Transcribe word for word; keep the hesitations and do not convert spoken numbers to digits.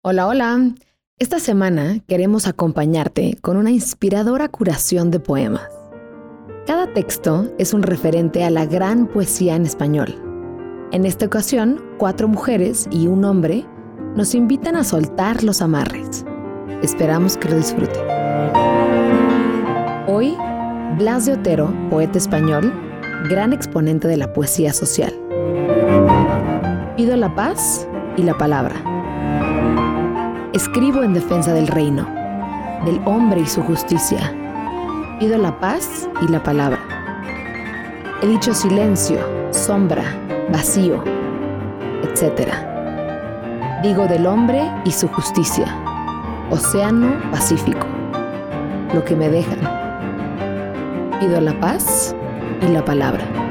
Hola, hola. Esta semana queremos acompañarte con una inspiradora curación de poemas. Cada texto es un referente a la gran poesía en español. En esta ocasión, cuatro mujeres y un hombre nos invitan a soltar los amarres. Esperamos que lo disfruten. Hoy, Blas de Otero, poeta español, gran exponente de la poesía social. Pido la paz y la palabra. Escribo en defensa del reino, del hombre y su justicia. Pido la paz y la palabra. He dicho silencio, sombra, vacío, etcétera. Digo del hombre y su justicia, océano Pacífico, lo que me dejan. Pido la paz y la palabra.